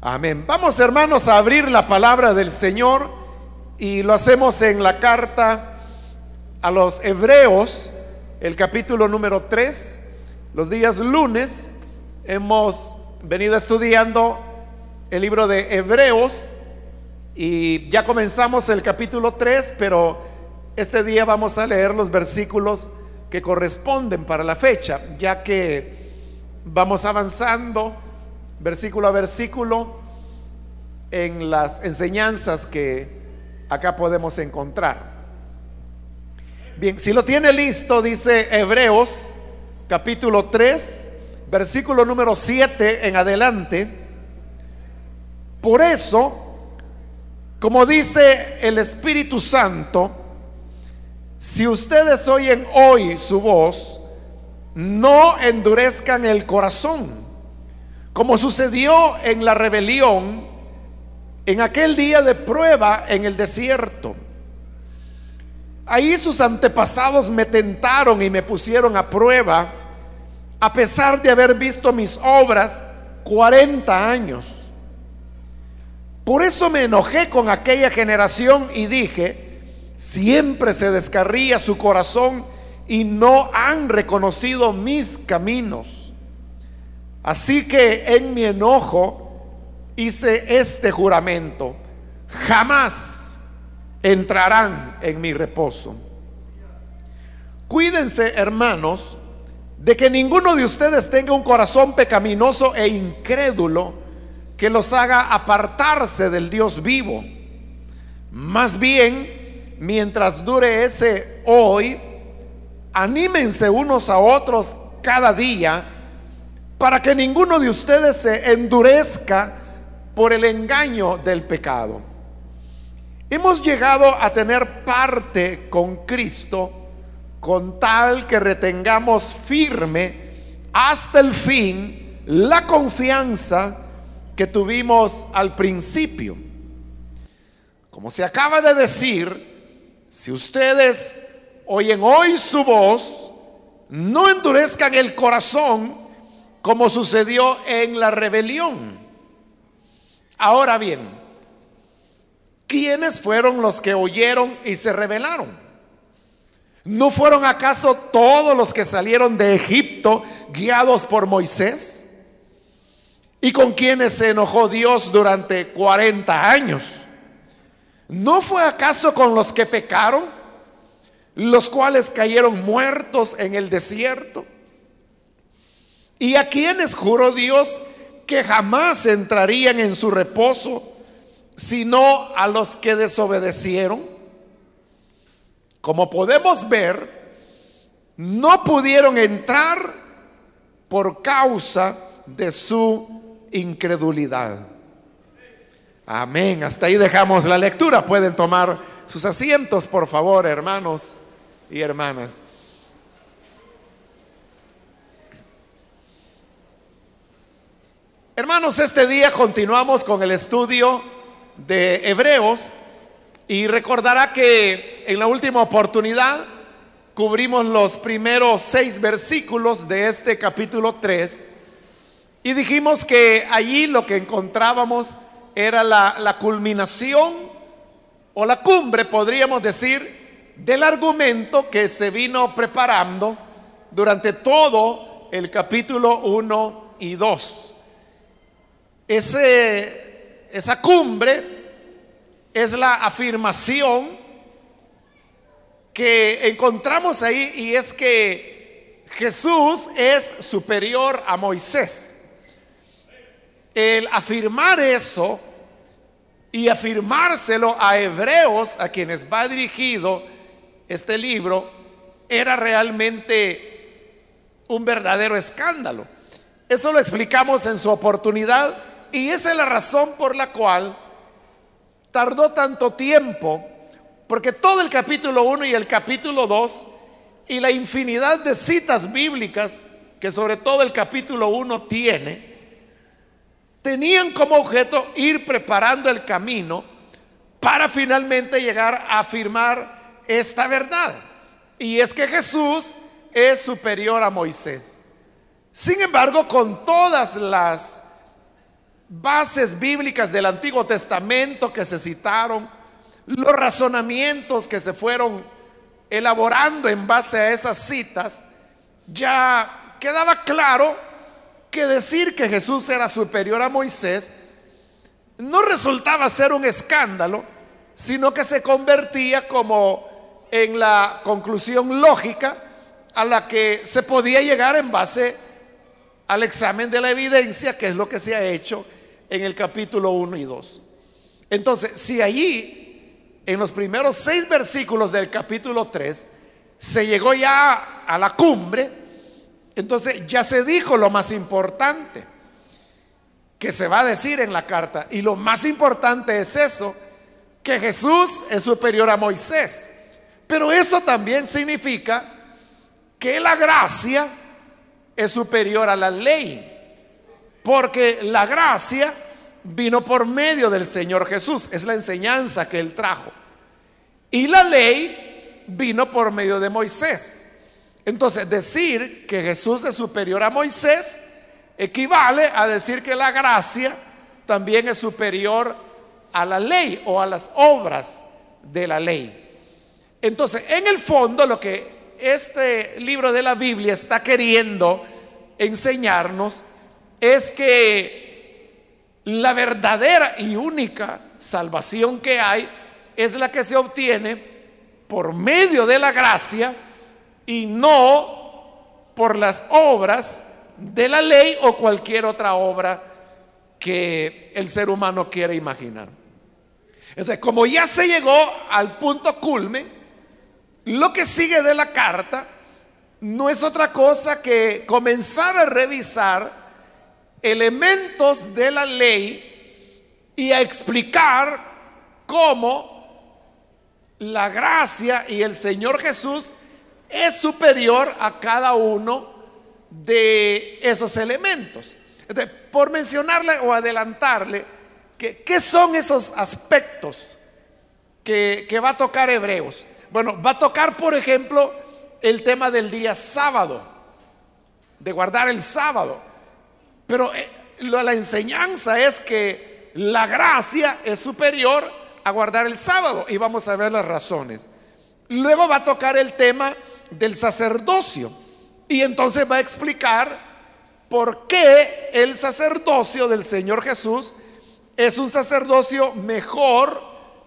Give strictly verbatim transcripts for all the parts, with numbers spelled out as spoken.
Amén. Vamos, hermanos, a abrir la palabra del Señor y lo hacemos en la carta a los Hebreos, el capítulo número tres. Los días lunes hemos venido estudiando el libro de Hebreos y ya comenzamos el capítulo tres, pero este día vamos a leer los versículos que corresponden para la fecha, ya que vamos avanzando versículo a versículo en las enseñanzas que acá podemos encontrar. Bien, si lo tiene listo, dice Hebreos capítulo tres, versículo número siete en adelante. Por eso, como dice el Espíritu Santo, si ustedes oyen hoy su voz, no endurezcan el corazón, como sucedió en la rebelión en aquel día de prueba en el desierto. Ahí sus antepasados me tentaron y me pusieron a prueba, a pesar de haber visto mis obras cuarenta años. Por eso me enojé con aquella generación y dije: siempre se descarría su corazón y no han reconocido mis caminos. Así que en mi enojo hice este juramento: jamás entrarán en mi reposo. Cuídense, hermanos, de que ninguno de ustedes tenga un corazón pecaminoso e incrédulo que los haga apartarse del Dios vivo. Más bien, mientras dure ese hoy, anímense unos a otros cada día, para que ninguno de ustedes se endurezca por el engaño del pecado. Hemos llegado a tener parte con Cristo, con tal que retengamos firme hasta el fin la confianza que tuvimos al principio. Como se acaba de decir, si ustedes oyen hoy su voz, no endurezcan el corazón como sucedió en la rebelión. Ahora bien, ¿quiénes fueron los que oyeron y se rebelaron? ¿No fueron acaso todos los que salieron de Egipto guiados por Moisés? ¿Y con quienes se enojó Dios durante cuarenta años? ¿No fue acaso con los que pecaron, los cuales cayeron muertos en el desierto? ¿Y a quienes juró Dios que jamás entrarían en su reposo, sino a los que desobedecieron? Como podemos ver, no pudieron entrar por causa de su incredulidad. Amén. Hasta ahí dejamos la lectura. Pueden tomar sus asientos, por favor, hermanos y hermanas. Hermanos, este día continuamos con el estudio de Hebreos y recordará que en la última oportunidad cubrimos los primeros seis versículos de este capítulo tres y dijimos que allí lo que encontrábamos era la, la culminación o la cumbre, podríamos decir, del argumento que se vino preparando durante todo el capítulo uno y dos. Ese, esa cumbre es la afirmación que encontramos ahí, y es que Jesús es superior a Moisés. El afirmar eso y afirmárselo a hebreos, a quienes va dirigido este libro, era realmente un verdadero escándalo. Eso lo explicamos en su oportunidad. Y esa es la razón por la cual tardó tanto tiempo, porque todo el capítulo uno y el capítulo dos y la infinidad de citas bíblicas que sobre todo el capítulo uno tiene, tenían como objeto ir preparando el camino para finalmente llegar a afirmar esta verdad, y es que Jesús es superior a Moisés. Sin embargo, con todas las bases bíblicas del Antiguo Testamento que se citaron, los razonamientos que se fueron elaborando en base a esas citas, ya quedaba claro que decir que Jesús era superior a Moisés no resultaba ser un escándalo, sino que se convertía como en la conclusión lógica a la que se podía llegar en base al examen de la evidencia, que es lo que se ha hecho en el capítulo uno y dos. Entonces, si allí, en los primeros seis versículos del capítulo tres, se llegó ya a la cumbre, entonces ya se dijo lo más importante que se va a decir en la carta. Y lo más importante es eso, que Jesús es superior a Moisés. Pero eso también significa que la gracia es superior a la ley, porque la gracia vino por medio del Señor Jesús, es la enseñanza que Él trajo, y la ley vino por medio de Moisés. Entonces, decir que Jesús es superior a Moisés equivale a decir que la gracia también es superior a la ley o a las obras de la ley. Entonces, en el fondo, lo que este libro de la Biblia está queriendo enseñarnos es que la verdadera y única salvación que hay es la que se obtiene por medio de la gracia y no por las obras de la ley o cualquier otra obra que el ser humano quiere imaginar. Entonces, como ya se llegó al punto culmen, lo que sigue de la carta no es otra cosa que comenzar a revisar elementos de la ley y a explicar cómo la gracia y el Señor Jesús es superior a cada uno de esos elementos. Entonces, por mencionarle o adelantarle que, ¿qué son esos aspectos que, que va a tocar Hebreos? Bueno, va a tocar, por ejemplo, el tema del día sábado, de guardar el sábado. Pero eh, la enseñanza es que la gracia es superior a guardar el sábado, y vamos a ver las razones. Luego va a tocar el tema del sacerdocio, y entonces va a explicar por qué el sacerdocio del Señor Jesús es un sacerdocio mejor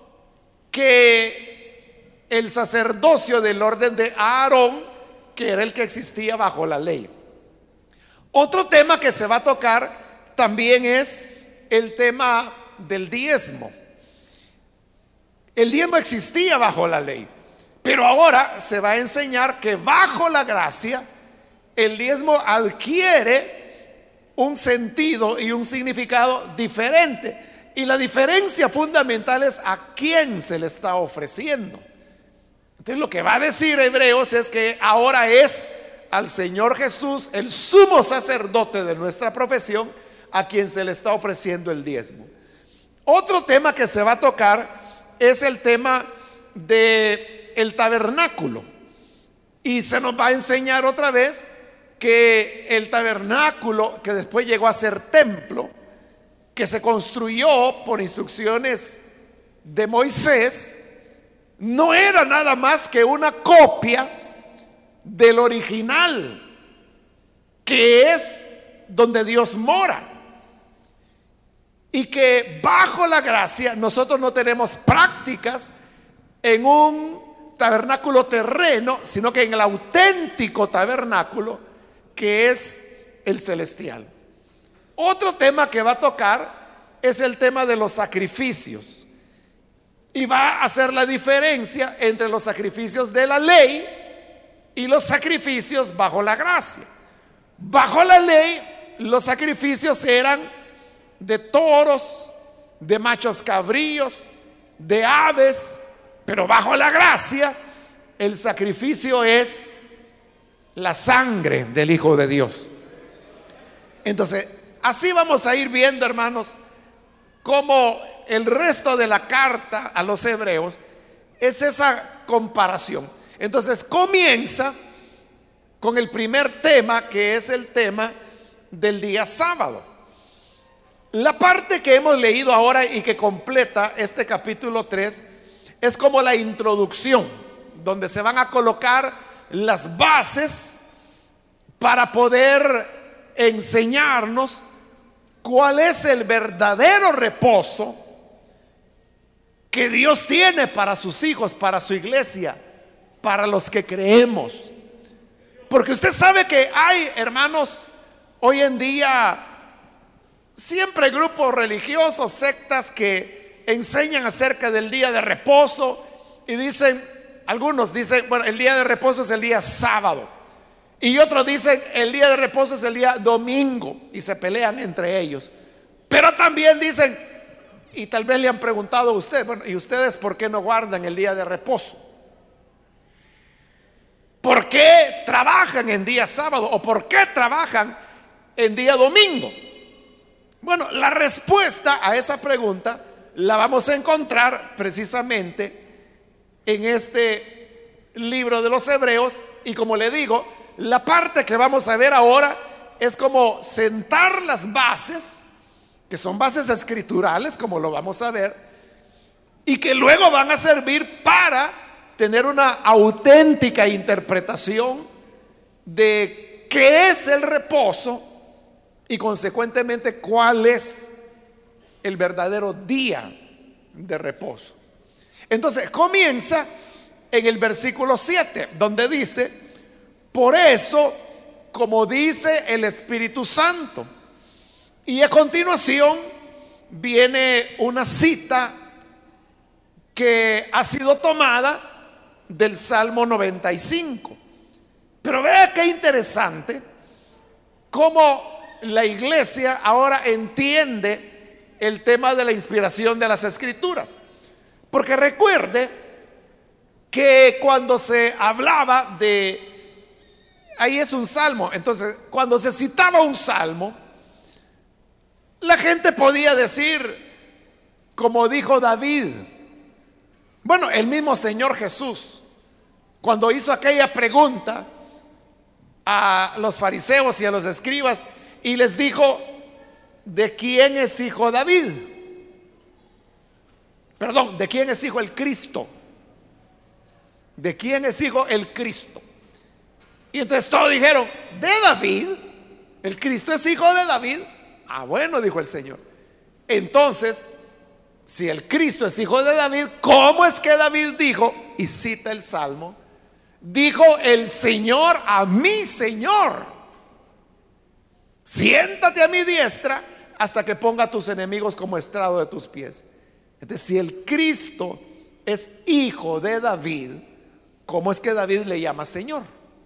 que el sacerdocio del orden de Aarón, que era el que existía bajo la ley. Otro tema que se va a tocar también es el tema del diezmo. El diezmo existía bajo la ley, pero ahora se va a enseñar que bajo la gracia el diezmo adquiere un sentido y un significado diferente. Y la diferencia fundamental es a quién se le está ofreciendo. Entonces, lo que va a decir Hebreos es que ahora es al Señor Jesús, el sumo sacerdote de nuestra profesión, a quien se le está ofreciendo el diezmo. Otro tema que se va a tocar es el tema del tabernáculo. Y se nos va a enseñar otra vez que el tabernáculo, que después llegó a ser templo, que se construyó por instrucciones de Moisés, no era nada más que una copia del original, que es donde Dios mora. Y que bajo la gracia nosotros no tenemos prácticas en un tabernáculo terreno, sino que en el auténtico tabernáculo, que es el celestial. Otro tema que va a tocar es el tema de los sacrificios. Y va a hacer la diferencia entre los sacrificios de la ley y los sacrificios bajo la gracia. Bajo la ley, los sacrificios eran de toros, de machos cabríos, de aves, pero bajo la gracia, el sacrificio es la sangre del Hijo de Dios. Entonces, así vamos a ir viendo, hermanos, cómo el resto de la carta a los hebreos es esa comparación. Entonces comienza con el primer tema, que es el tema del día sábado. La parte que hemos leído ahora y que completa este capítulo tres es como la introducción, donde se van a colocar las bases para poder enseñarnos cuál es el verdadero reposo que Dios tiene para sus hijos, para su iglesia, para los que creemos. Porque usted sabe que hay, hermanos, hoy en día siempre grupos religiosos, sectas que enseñan acerca del día de reposo y dicen, algunos dicen, bueno, el día de reposo es el día sábado, y otros dicen el día de reposo es el día domingo, y se pelean entre ellos. Pero también dicen, y tal vez le han preguntado a usted, bueno, ¿y ustedes por qué no guardan el día de reposo? ¿Por qué trabajan en día sábado? ¿O por qué trabajan en día domingo? Bueno, la respuesta a esa pregunta la vamos a encontrar precisamente en este libro de los Hebreos. Y como le digo, la parte que vamos a ver ahora es como sentar las bases, que son bases escriturales, como lo vamos a ver, y que luego van a servir para tener una auténtica interpretación de qué es el reposo y consecuentemente cuál es el verdadero día de reposo. Entonces comienza en el versículo siete, donde dice: por eso, como dice el Espíritu Santo. Y a continuación viene una cita que ha sido tomada del Salmo noventa y cinco. Pero vea qué interesante cómo la iglesia ahora entiende el tema de la inspiración de las Escrituras. Porque recuerde que cuando se hablaba de, ahí es un salmo, entonces cuando se citaba un salmo, la gente podía decir, como dijo David. Bueno, el mismo Señor Jesús, cuando hizo aquella pregunta a los fariseos y a los escribas, y les dijo, ¿de quién es hijo David? Perdón, ¿de quién es hijo el Cristo? ¿De quién es hijo el Cristo? Y entonces todos dijeron, de David. El Cristo es hijo de David. Ah, bueno, dijo el Señor. Entonces, si el Cristo es hijo de David, ¿cómo es que David dijo, y cita el Salmo, dijo el Señor a mi Señor, siéntate a mi diestra hasta que ponga a tus enemigos como estrado de tus pies? Entonces, si el Cristo es hijo de David, ¿cómo es que David le llama Señor?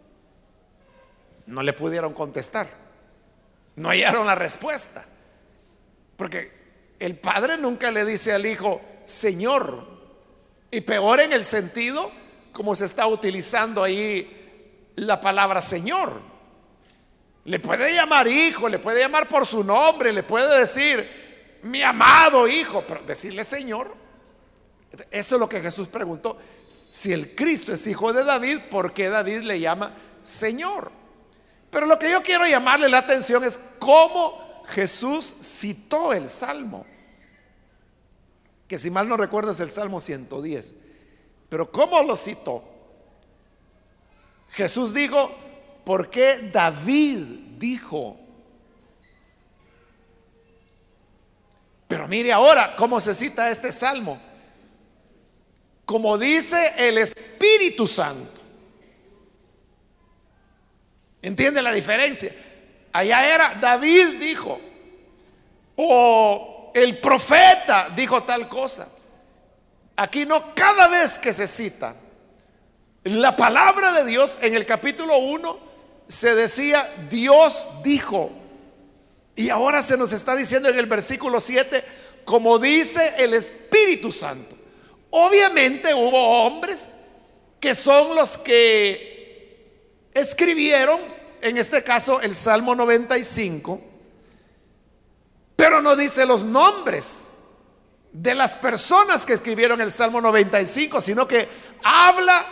No le pudieron contestar, no hallaron la respuesta, porque el padre nunca le dice al hijo Señor, y peor en el sentido como se está utilizando ahí la palabra Señor. Le puede llamar hijo, le puede llamar por su nombre, le puede decir mi amado hijo, pero decirle Señor, eso es lo que Jesús preguntó. Si el Cristo es hijo de David, ¿por qué David le llama Señor? Pero lo que yo quiero llamarle la atención es cómo Jesús citó el Salmo, que si mal no recuerdo es el Salmo ciento diez. Pero ¿cómo lo citó? Jesús dijo, ¿por qué David dijo? Pero mire ahora cómo se cita este Salmo. Como dice el Espíritu Santo. ¿Entiende la diferencia? Allá era David dijo, o el profeta dijo tal cosa. Aquí no, cada vez que se cita la palabra de Dios, en el capítulo uno se decía Dios dijo, y ahora se nos está diciendo en el versículo siete, como dice el Espíritu Santo. Obviamente hubo hombres que son los que escribieron, en este caso el Salmo noventa y cinco, pero no dice los nombres de las personas que escribieron el Salmo noventa y cinco, sino que habla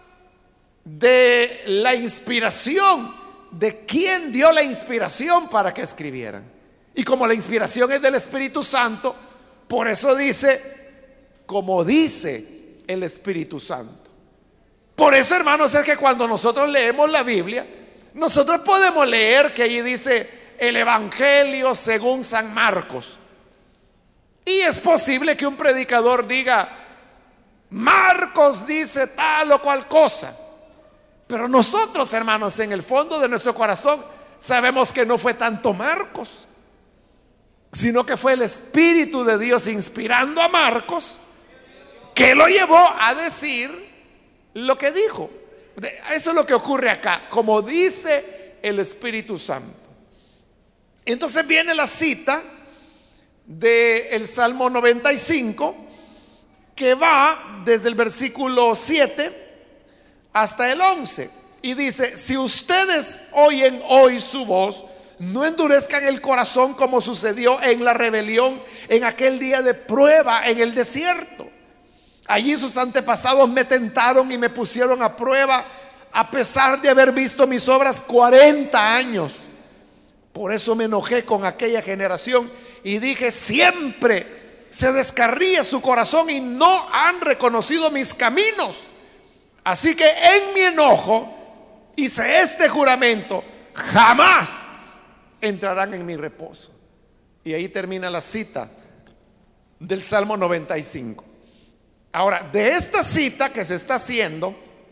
de la inspiración, de quién dio la inspiración para que escribieran. Y como la inspiración es del Espíritu Santo, por eso dice, como dice el Espíritu Santo. Por eso, hermanos, es que cuando nosotros leemos la Biblia, nosotros podemos leer que allí dice el Evangelio según San Marcos. Y es posible que un predicador diga, Marcos dice tal o cual cosa. Pero nosotros, hermanos, en el fondo de nuestro corazón sabemos que no fue tanto Marcos, sino que fue el Espíritu de Dios inspirando a Marcos que lo llevó a decir lo que dijo. Eso es lo que ocurre acá, como dice el Espíritu Santo. Entonces viene la cita del Salmo noventa y cinco, que va desde el versículo siete hasta el once, y dice: si ustedes oyen hoy su voz, no endurezcan el corazón como sucedió en la rebelión en aquel día de prueba en el desierto. Allí sus antepasados me tentaron y me pusieron a prueba, a pesar de haber visto mis obras cuarenta años. Por eso me enojé con aquella generación y dije: siempre se descarría su corazón y no han reconocido mis caminos. Así que en mi enojo hice este juramento: jamás entrarán en mi reposo. Y ahí termina la cita del Salmo noventa y cinco. Ahora, de esta cita que se está haciendo,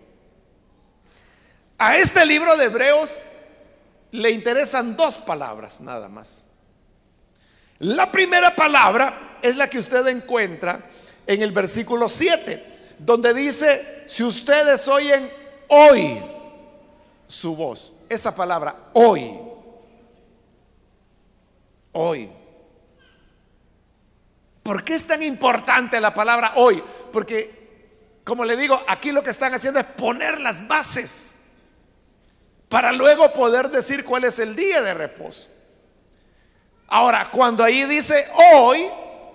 a este libro de Hebreos le interesan dos palabras nada más. La primera palabra es la que usted encuentra en el versículo siete, donde dice: si ustedes oyen hoy su voz. Esa palabra, hoy. Hoy. ¿Por qué es tan importante la palabra hoy? Porque, como le digo, aquí lo que están haciendo es poner las bases para luego poder decir cuál es el día de reposo. Ahora, cuando ahí dice hoy,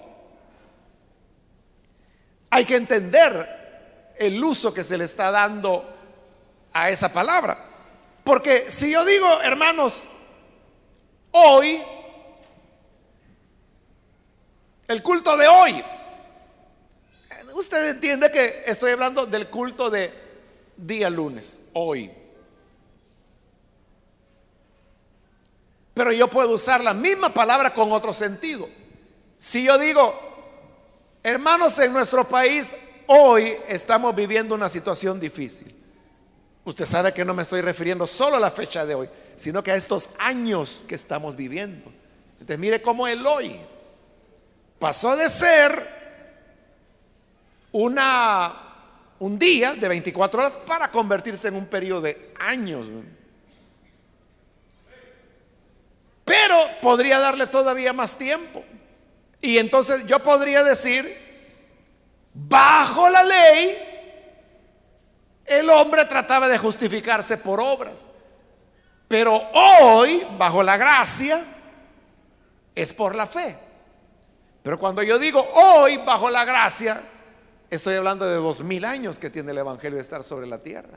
hay que entender el uso que se le está dando a esa palabra. Porque si yo digo, hermanos, hoy, el culto de hoy, usted entiende que estoy hablando del culto de día lunes, hoy. Pero yo puedo usar la misma palabra con otro sentido. Si yo digo, hermanos, en nuestro país hoy estamos viviendo una situación difícil, usted sabe que no me estoy refiriendo solo a la fecha de hoy, sino que a estos años que estamos viviendo. Entonces mire cómo el hoy pasó de ser una, un día de veinticuatro horas para convertirse en un periodo de años. Pero podría darle todavía más tiempo. Y entonces yo podría decir, bajo la ley, el hombre trataba de justificarse por obras. Pero hoy, bajo la gracia, es por la fe. Pero cuando yo digo hoy, bajo la gracia, estoy hablando de dos mil años que tiene el Evangelio de estar sobre la tierra.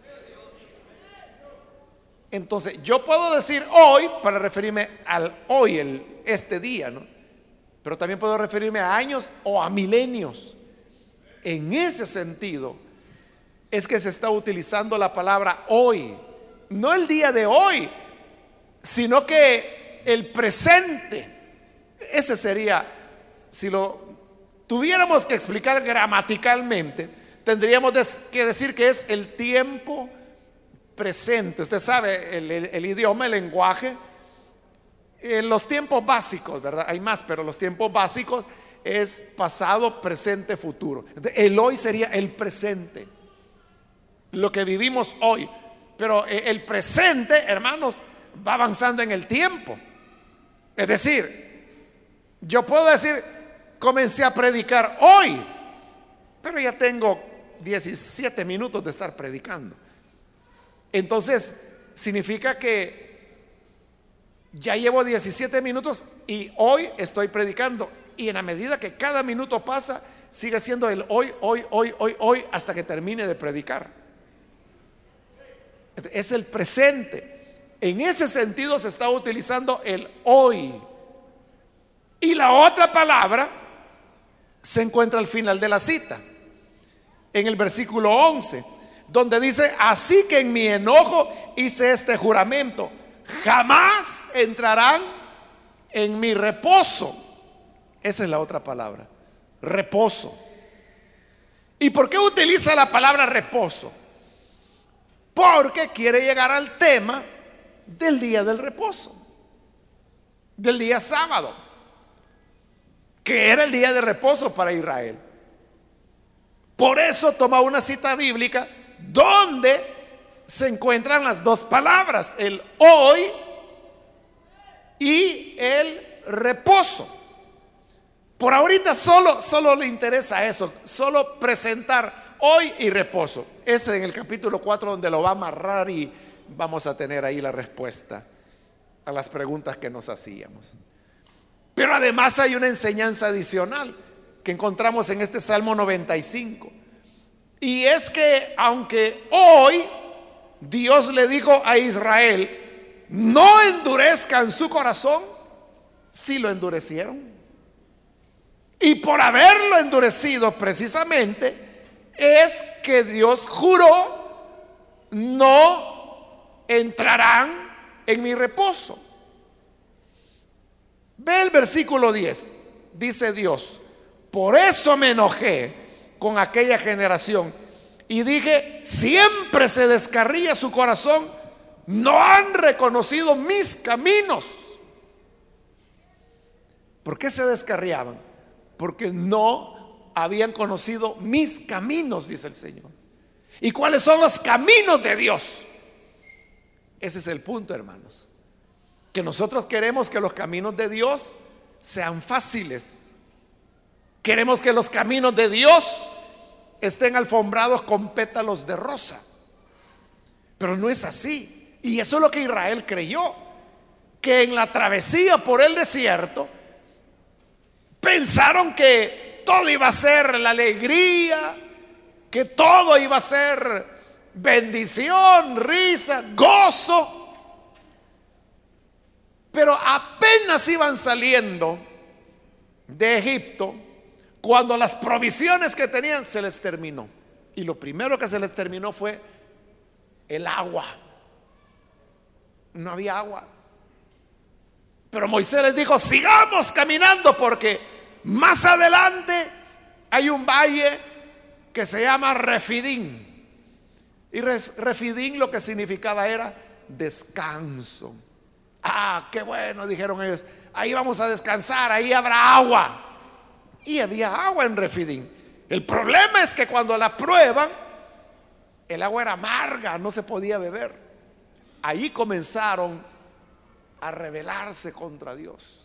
Entonces yo puedo decir hoy para referirme al hoy, el, este día, ¿no? Pero también puedo referirme a años o a milenios. En ese sentido es que se está utilizando la palabra hoy, no el día de hoy, sino que el presente. Ese sería, si lo tuviéramos que explicar gramaticalmente, tendríamos que decir que es el tiempo presente. Usted sabe el, el, el idioma, el lenguaje, eh, los tiempos básicos, ¿verdad? Hay más, pero los tiempos básicos es pasado, presente, futuro. El hoy sería el presente, lo que vivimos hoy. Pero eh, el presente, hermanos, va avanzando en el tiempo. Es decir, yo puedo decir, comencé a predicar hoy, pero ya tengo diecisiete minutos de estar predicando. Entonces, significa que ya llevo diecisiete minutos y hoy estoy predicando. Y en la medida que cada minuto pasa, sigue siendo el hoy, hoy, hoy, hoy, hoy, hasta que termine de predicar. Es el presente. En ese sentido se está utilizando el hoy Y la otra palabra se encuentra al final de la cita, en el versículo once, donde dice: así que en mi enojo hice este juramento, jamás entrarán en mi reposo. Esa es la otra palabra, reposo. ¿Y por qué utiliza la palabra reposo? Porque quiere llegar al tema del día del reposo, del día sábado, que era el día de reposo para Israel. Por eso toma una cita bíblica donde se encuentran las dos palabras, el hoy y el reposo. Por ahorita solo, solo le interesa eso, solo presentar hoy y reposo. Ese en el capítulo cuatro, donde lo va a amarrar, y vamos a tener ahí la respuesta a las preguntas que nos hacíamos. Pero además hay una enseñanza adicional que encontramos en este Salmo noventa y cinco. Y es que aunque hoy Dios le dijo a Israel: no endurezcan su corazón, sí lo endurecieron. Y por haberlo endurecido precisamente es que Dios juró: no entrarán en mi reposo. Ve el versículo diez, dice Dios: por eso me enojé con aquella generación y dije: siempre se descarría su corazón, no han reconocido mis caminos. ¿Por qué se descarriaban? Porque no habían conocido mis caminos, dice el Señor. ¿Y cuáles son los caminos de Dios? Ese es el punto, hermanos, que nosotros queremos que los caminos de Dios sean fáciles. Queremos que los caminos de Dios estén alfombrados con pétalos de rosa. Pero no es así. Y eso es lo que Israel creyó, que en la travesía por el desierto pensaron que todo iba a ser la alegría, que todo iba a ser bendición, risa, gozo. Pero apenas iban saliendo de Egipto, cuando las provisiones que tenían se les terminó. Y lo primero que se les terminó fue el agua. No había agua. Pero Moisés les dijo: sigamos caminando, porque más adelante hay un valle que se llama Refidín. Y Refidín lo que significaba era descanso. Ah, qué bueno, dijeron ellos, ahí vamos a descansar, ahí habrá agua. Y había agua en Refidín. El problema es que cuando la prueban, el agua era amarga, no se podía beber. Ahí comenzaron a rebelarse contra Dios.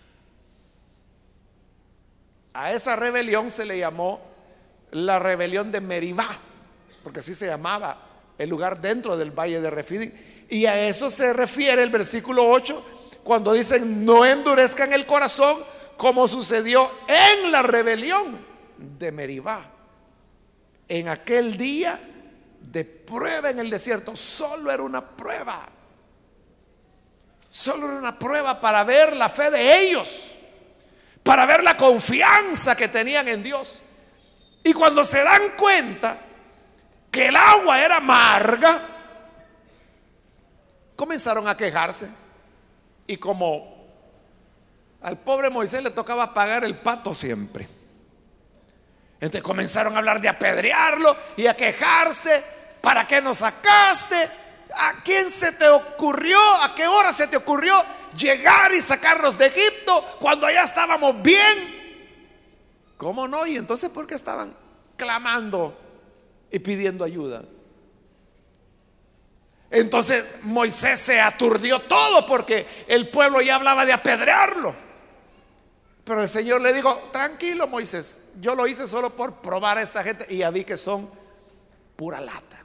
A esa rebelión se le llamó la rebelión de Meribá, porque así se llamaba el lugar dentro del valle de Refidín. Y a eso se refiere el versículo ocho, cuando dicen: no endurezcan el corazón, como sucedió en la rebelión de Meribá. En aquel día de prueba en el desierto, solo era una prueba. Solo era una prueba para ver la fe de ellos, para ver la confianza que tenían en Dios. Y cuando se dan cuenta que el agua era amarga, comenzaron a quejarse. Y como al pobre Moisés le tocaba pagar el pato siempre, entonces comenzaron a hablar de apedrearlo y a quejarse: ¿para qué nos sacaste? ¿A quién se te ocurrió? ¿A qué hora se te ocurrió llegar y sacarnos de Egipto cuando allá estábamos bien? ¿Cómo no? Y entonces, ¿por qué estaban clamando y pidiendo ayuda? Entonces Moisés se aturdió todo, porque el pueblo ya hablaba de apedrearlo. Pero el Señor le dijo: tranquilo, Moisés, yo lo hice solo por probar a esta gente, y ya vi que son pura lata.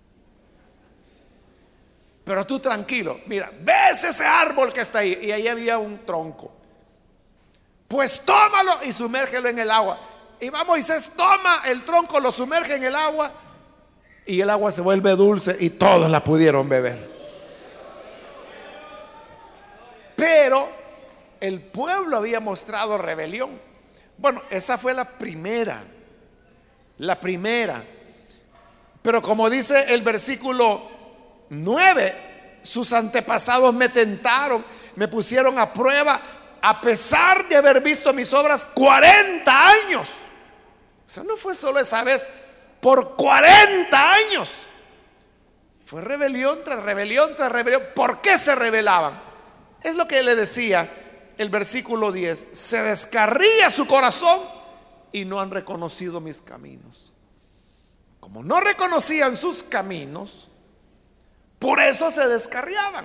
Pero tú tranquilo, mira, ves ese árbol que está ahí, y ahí había un tronco. Pues tómalo y sumérgelo en el agua. Y va Moisés, toma el tronco, lo sumerge en el agua, y el agua se vuelve dulce y todos la pudieron beber. Pero el pueblo había mostrado rebelión. Bueno, esa fue la primera, la primera. Pero como dice el versículo nueve, sus antepasados me tentaron, me pusieron a prueba, a pesar de haber visto mis obras cuarenta años. O sea, no fue solo esa vez, por cuarenta años. Fue rebelión tras rebelión tras rebelión. ¿Por qué se rebelaban? Es lo que le decía el versículo diez. Se descarría su corazón y no han reconocido mis caminos. Como no reconocían sus caminos, por eso se descarriaban.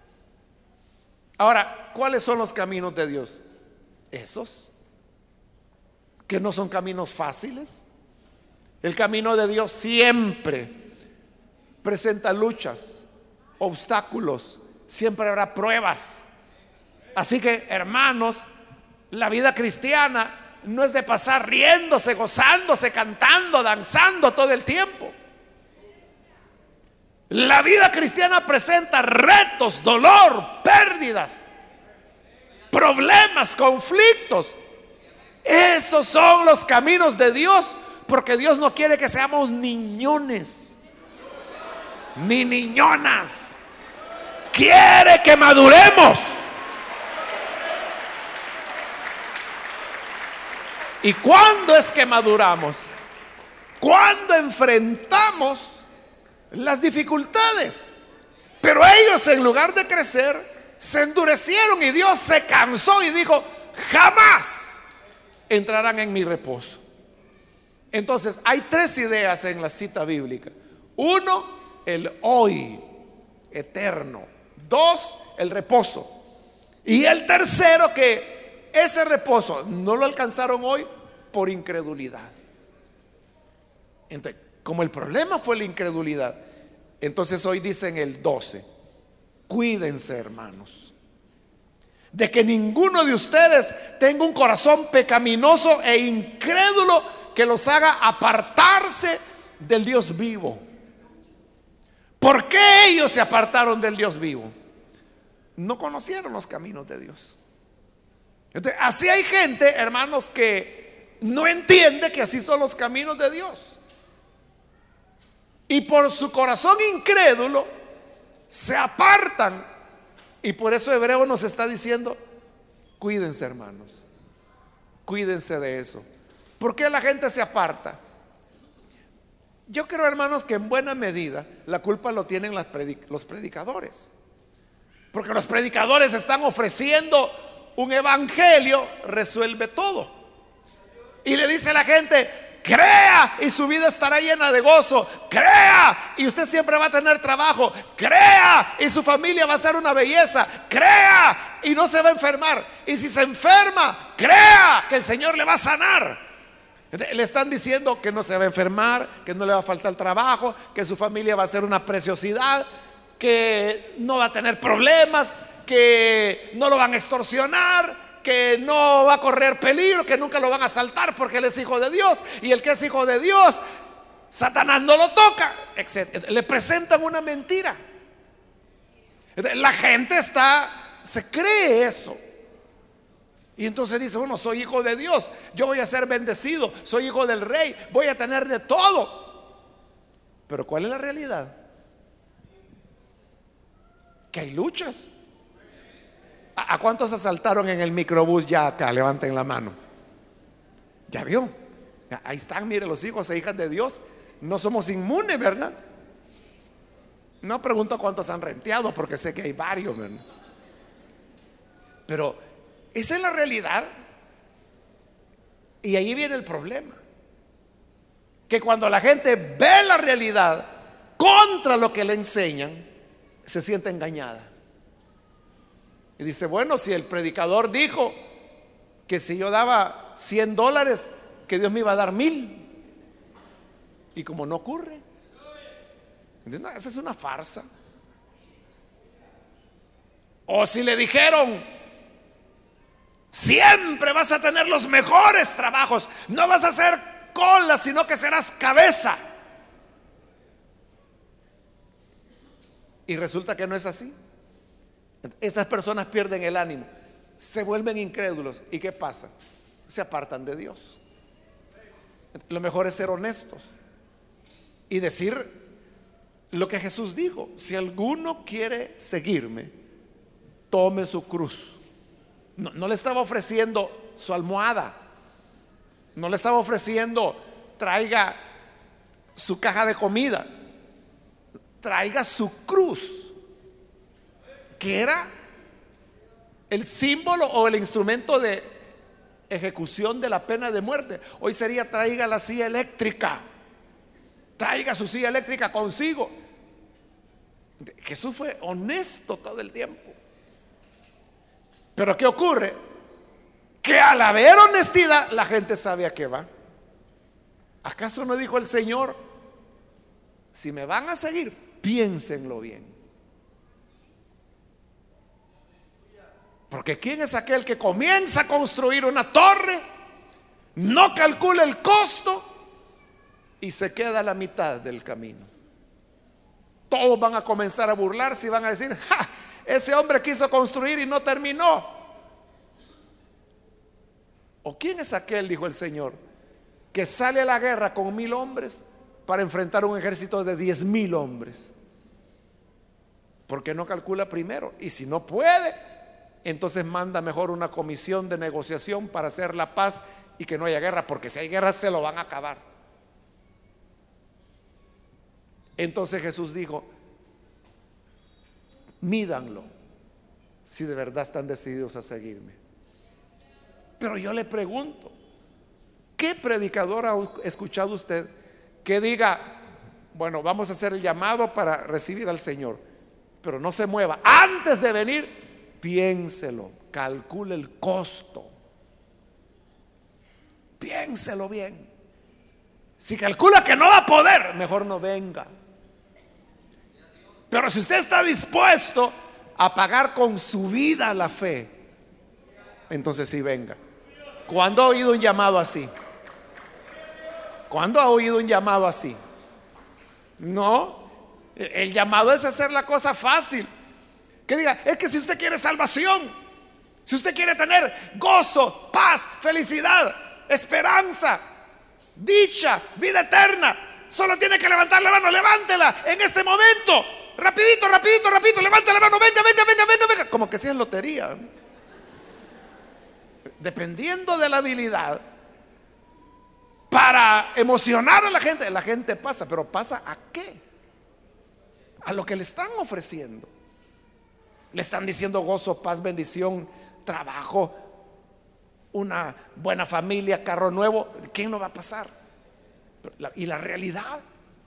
Ahora, ¿cuáles son los caminos de Dios? Esos, que no son caminos fáciles. El camino de Dios siempre presenta luchas, obstáculos, siempre habrá pruebas. Así que, hermanos, la vida cristiana no es de pasar riéndose, gozándose, cantando, danzando todo el tiempo. La vida cristiana presenta retos, dolor, pérdidas, problemas, conflictos. Esos son los caminos de Dios, porque Dios no quiere que seamos niñones ni niñonas. Quiere que maduremos. ¿Y cuándo es que maduramos? Cuando enfrentamos las dificultades. Pero ellos, en lugar de crecer, se endurecieron y Dios se cansó y dijo: jamás entrarán en mi reposo. Entonces hay tres ideas en la cita bíblica. Uno, el hoy eterno. Dos, el reposo. Y el tercero, que ese reposo no lo alcanzaron hoy por incredulidad. Entonces, como el problema fue la incredulidad, entonces hoy dicen el doce: cuídense, hermanos, de que ninguno de ustedes tenga un corazón pecaminoso e incrédulo que los haga apartarse del Dios vivo. ¿Por qué ellos se apartaron del Dios vivo? No conocieron los caminos de Dios. Entonces, así hay gente, hermanos, que no entiende que así son los caminos de Dios. Y por su corazón incrédulo se apartan. Y por eso Hebreo nos está diciendo: cuídense, hermanos, cuídense de eso. ¿Por qué la gente se aparta? Yo creo, hermanos, que en buena medida la culpa lo tienen las predic- los predicadores. Porque los predicadores están ofreciendo un evangelio, resuelve todo. Y le dice a la gente: crea y su vida estará llena de gozo. Crea y usted siempre va a tener trabajo. Crea y su familia va a ser una belleza. Crea y no se va a enfermar. Y si se enferma, crea que el Señor le va a sanar. Le están diciendo que no se va a enfermar, que no le va a faltar trabajo, que su familia va a ser una preciosidad, que no va a tener problemas, que no lo van a extorsionar, que no va a correr peligro, que nunca lo van a asaltar porque él es hijo de Dios. Y el que es hijo de Dios, Satanás no lo toca, etcétera. Le presentan una mentira. La gente está, se cree eso. Y entonces dice: bueno, soy hijo de Dios, yo voy a ser bendecido, soy hijo del rey, voy a tener de todo. Pero ¿cuál es la realidad? Que hay luchas. ¿A cuántos asaltaron en el microbús ya acá? Levanten la mano. ¿Ya vio? Ahí están, mire, los hijos e hijas de Dios. No somos inmunes, ¿verdad? No pregunto cuántos han renteado, porque sé que hay varios, ¿verdad? Pero esa es la realidad. Y ahí viene el problema. Que cuando la gente ve la realidad contra lo que le enseñan, se siente engañada. Y dice: bueno, si el predicador dijo que si yo daba cien dólares, que Dios me iba a dar mil. Y como no ocurre, ¿entiendes? Esa es una farsa. O si le dijeron: siempre vas a tener los mejores trabajos, no vas a ser cola, sino que serás cabeza. Y resulta que no es así. Esas personas pierden el ánimo. se vuelven incrédulos. ¿Y qué pasa? Se apartan de Dios. Lo mejor es ser honestos y decir lo que Jesús dijo: si alguno quiere seguirme, tome su cruz. No, no le estaba ofreciendo su almohada, no le estaba ofreciendo traiga su caja de comida, traiga su cruz, que era el símbolo o el instrumento de ejecución de la pena de muerte. Hoy sería: traiga la silla eléctrica, traiga su silla eléctrica consigo. Jesús fue honesto todo el tiempo. Pero ¿qué ocurre? Que al haber honestidad, la gente sabe a qué va. ¿Acaso no dijo el Señor: si me van a seguir, piénsenlo bien? Porque ¿quién es aquel que comienza a construir una torre, no calcula el costo y se queda a la mitad del camino? Todos van a comenzar a burlarse y van a decir: ¡ja! Ese hombre quiso construir y no terminó. ¿O quién es aquel, dijo el Señor, que sale a la guerra con mil hombres para enfrentar un ejército de diez mil hombres? Porque no calcula primero, y si no puede, entonces manda mejor una comisión de negociación para hacer la paz y que no haya guerra, porque si hay guerra se lo van a acabar. Entonces Jesús dijo: mídanlo si de verdad están decididos a seguirme. Pero yo le pregunto: ¿qué predicador ha escuchado usted que diga: bueno, vamos a hacer el llamado para recibir al Señor, pero no se mueva, antes de venir, piénselo, calcule el costo, piénselo bien? Si calcula que no va a poder, mejor no venga. Pero si usted está dispuesto a pagar con su vida la fe, entonces sí, venga. ¿Cuándo ha oído un llamado así? ¿Cuándo ha oído un llamado así? No, el llamado es hacer la cosa fácil. Que diga: es que si usted quiere salvación, si usted quiere tener gozo, paz, felicidad, esperanza, dicha, vida eterna, solo tiene que levantar la mano. Levántela en este momento. Rapidito, rapidito, rapidito, levanta la mano, venga, venga, venga, venga, venga. Como que si es lotería. Dependiendo de la habilidad para emocionar a la gente, la gente pasa. Pero ¿pasa a qué? A lo que le están ofreciendo. Le están diciendo gozo, paz, bendición, trabajo, una buena familia, carro nuevo. ¿Quién no va a pasar? ¿Y la realidad?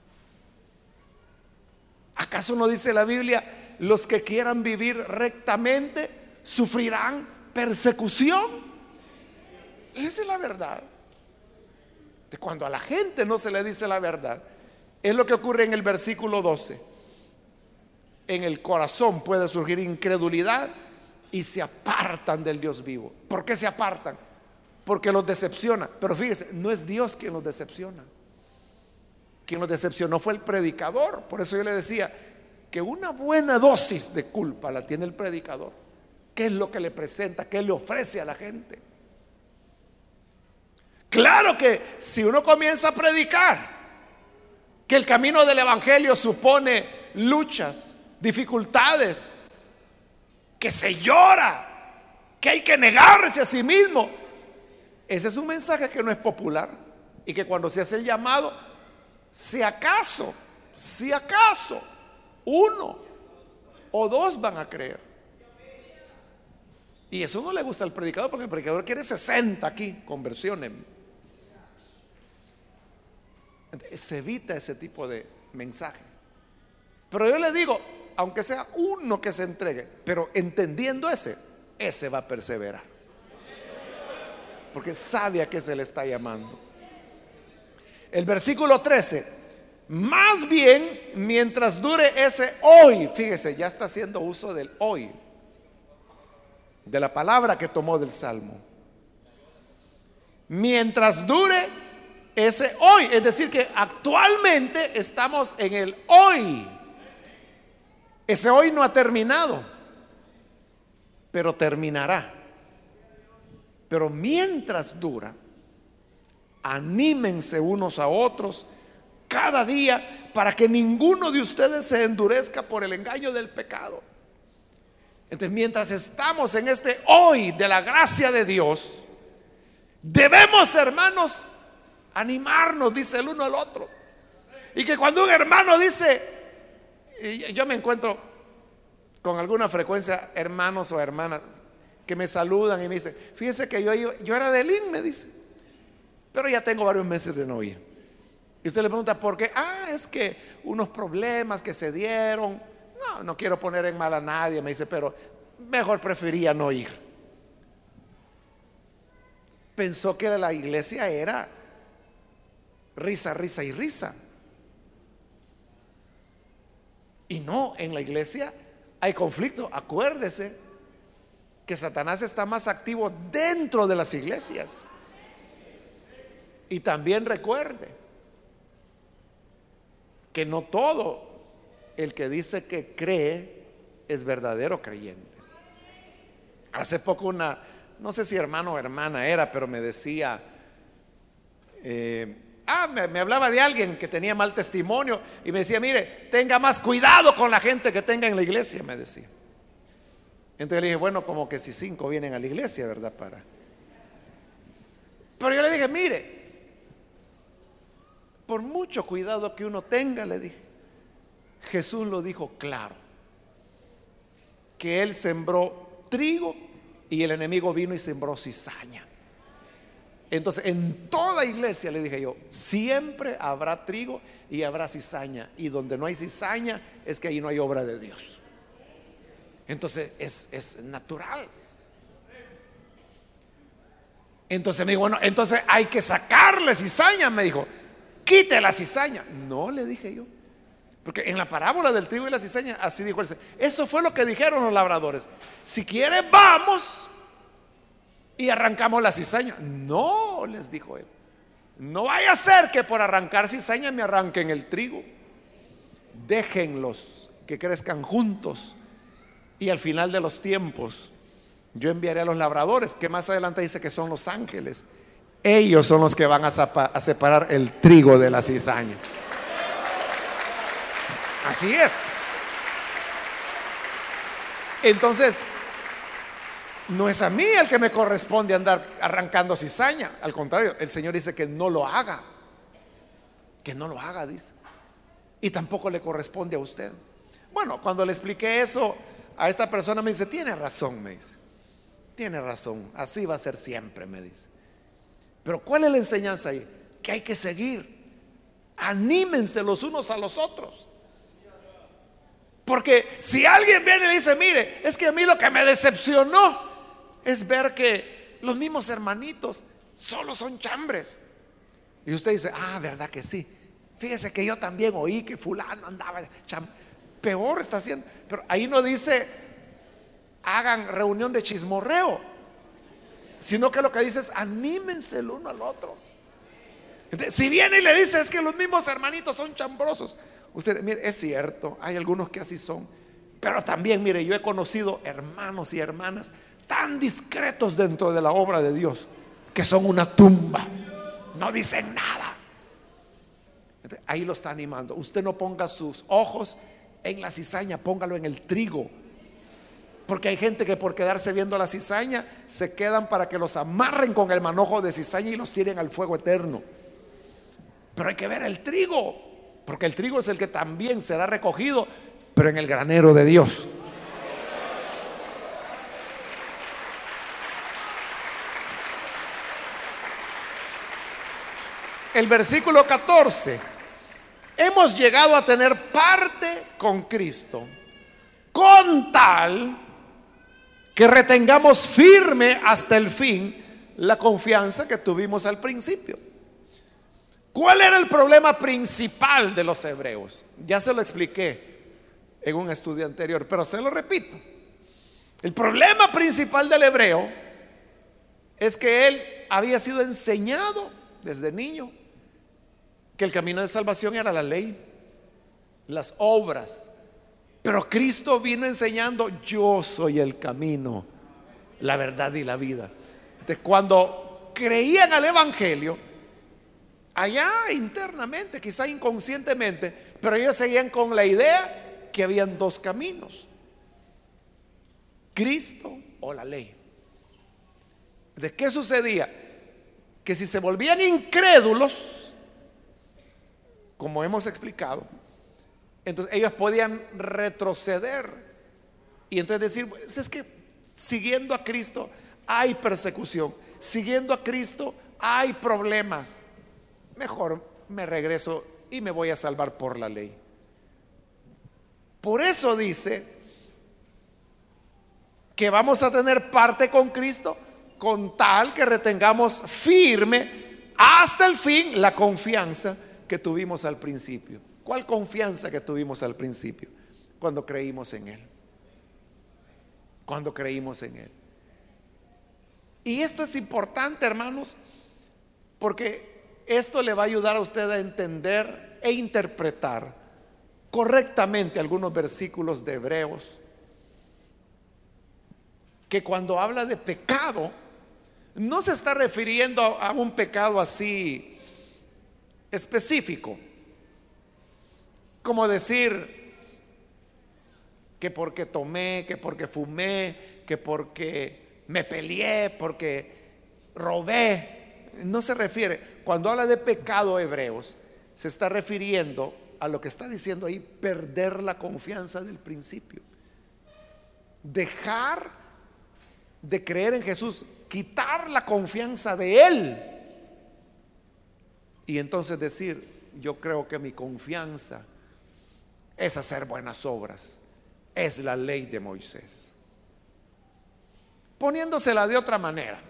¿Acaso no dice la Biblia: los que quieran vivir rectamente sufrirán persecución? Esa es la verdad. De cuando a la gente no se le dice la verdad, es lo que ocurre en el versículo doce. En el corazón puede surgir incredulidad y se apartan del Dios vivo. ¿Por qué se apartan? Porque los decepciona. Pero fíjese, no es Dios quien los decepciona. Quien los decepcionó fue el predicador. Por eso yo le decía que una buena dosis de culpa la tiene el predicador. ¿Qué es lo que le presenta? ¿Qué le ofrece a la gente? Claro que si uno comienza a predicar que el camino del evangelio supone luchas, dificultades, que se llora, que hay que negarse a sí mismo, ese es un mensaje que no es popular, y que cuando se hace el llamado, si acaso, si acaso uno o dos van a creer. Y eso no le gusta al predicador, porque el predicador quiere sesenta aquí conversiones. Se evita ese tipo de mensaje. Pero yo le digo, aunque sea uno que se entregue, pero entendiendo ese, ese va a perseverar, porque sabe a qué se le está llamando. El versículo trece: más bien, mientras dure ese hoy. Fíjese, ya está haciendo uso del hoy, de la palabra que tomó del Salmo. Mientras dure ese hoy, es decir, que actualmente estamos en el hoy. Ese hoy no ha terminado, pero terminará. Pero mientras dura, anímense unos a otros cada día para que ninguno de ustedes se endurezca por el engaño del pecado. Entonces, mientras estamos en este hoy de la gracia de Dios, debemos, hermanos, animarnos, dice el uno al otro. Y que cuando un hermano dice, y yo me encuentro con alguna frecuencia hermanos o hermanas que me saludan y me dicen, fíjese que yo, yo era del I N, me dice, pero ya tengo varios meses de no ir. Y usted le pregunta por qué. Ah, es que unos problemas que se dieron. No, no quiero poner en mal a nadie, me dice, pero mejor prefería no ir. Pensó que la iglesia era risa, risa y risa. Y no, en la iglesia hay conflicto. Acuérdese que Satanás está más activo dentro de las iglesias. Y también recuerde que no todo el que dice que cree es verdadero creyente. Hace poco una, no sé si hermano o hermana era, pero me decía, eh, ah, me, me hablaba de alguien que tenía mal testimonio y me decía, mire, tenga más cuidado con la gente que tenga en la iglesia, me decía. Entonces le dije, bueno, como que si cinco vienen a la iglesia, ¿verdad? Para. Pero yo le dije, mire, por mucho cuidado que uno tenga, le dije, Jesús lo dijo claro, que Él sembró trigo y el enemigo vino y sembró cizaña. Entonces, en toda iglesia, le dije yo, siempre habrá trigo y habrá cizaña. Y donde no hay cizaña es que ahí no hay obra de Dios. Entonces es, es natural. Entonces me dijo, bueno, entonces hay que sacarle cizaña. Me dijo, quite la cizaña. No, le dije yo, porque en la parábola del trigo y la cizaña, así dijo el Señor. Eso fue lo que dijeron los labradores. Si quiere, vamos y arrancamos la cizaña. No, les dijo él, no vaya a ser que por arrancar cizaña me arranquen el trigo. Déjenlos que crezcan juntos. Y al final de los tiempos yo enviaré a los labradores, que más adelante dice que son los ángeles. Ellos son los que van a, a separar el trigo de la cizaña. Así es. Entonces, no es a mí el que me corresponde andar arrancando cizaña. Al contrario, el Señor dice que no lo haga. Que no lo haga, dice. Y tampoco le corresponde a usted. Bueno, cuando le expliqué eso a esta persona, me dice, tiene razón, me dice, tiene razón, así va a ser siempre, me dice. Pero ¿cuál es la enseñanza ahí? Que hay que seguir. Anímense los unos a los otros. Porque si alguien viene y le dice, mire, es que a mí lo que me decepcionó es ver que los mismos hermanitos solo son chambres. Y usted dice, ah, verdad que sí. Fíjese que yo también oí que fulano andaba chambres. Peor está haciendo. Pero ahí no dice hagan reunión de chismorreo, sino que lo que dice es anímense el uno al otro. Entonces, si viene y le dice es que los mismos hermanitos son chambrosos, usted mire, es cierto, hay algunos que así son, pero también mire, yo he conocido hermanos y hermanas tan discretos dentro de la obra de Dios que son una tumba, no dicen nada. Entonces, ahí lo está animando. Usted no ponga sus ojos en la cizaña, póngalo en el trigo. Porque hay gente que por quedarse viendo la cizaña se quedan para que los amarren con el manojo de cizaña y los tiren al fuego eterno. Pero hay que ver el trigo, porque el trigo es el que también será recogido, pero en el granero de Dios. El versículo catorce: hemos llegado a tener parte con Cristo, con tal que retengamos firme hasta el fin la confianza que tuvimos al principio. ¿Cuál era el problema principal de los hebreos? Ya se lo expliqué en un estudio anterior, pero se lo repito. El problema principal del hebreo es que él había sido enseñado desde niño que el camino de salvación era la ley, las obras. Pero Cristo vino enseñando: yo soy el camino, la verdad y la vida. Cuando creían al evangelio, allá internamente, quizá inconscientemente, pero ellos seguían con la idea que habían dos caminos: Cristo o la ley. ¿De qué sucedía? Que si se volvían incrédulos, como hemos explicado, entonces ellos podían retroceder y entonces decir: pues es que siguiendo a Cristo hay persecución, siguiendo a Cristo hay problemas, mejor me regreso y me voy a salvar por la ley. Por eso dice que vamos a tener parte con Cristo, con tal que retengamos firme hasta el fin la confianza que tuvimos al principio. ¿Cuál confianza que tuvimos al principio? Cuando creímos en Él. Cuando creímos en Él. Y esto es importante, hermanos, porque esto le va a ayudar a usted a entender e interpretar correctamente algunos versículos de Hebreos, que cuando habla de pecado no se está refiriendo a un pecado así específico, como decir que porque tomé, que porque fumé, que porque me peleé, porque robé. No se refiere. Cuando habla de pecado, Hebreos se está refiriendo a lo que está diciendo ahí: perder la confianza del principio, dejar de creer en Jesús, quitar la confianza de Él y entonces decir: yo creo que mi confianza es hacer buenas obras, es la ley de Moisés. Poniéndosela de otra manera,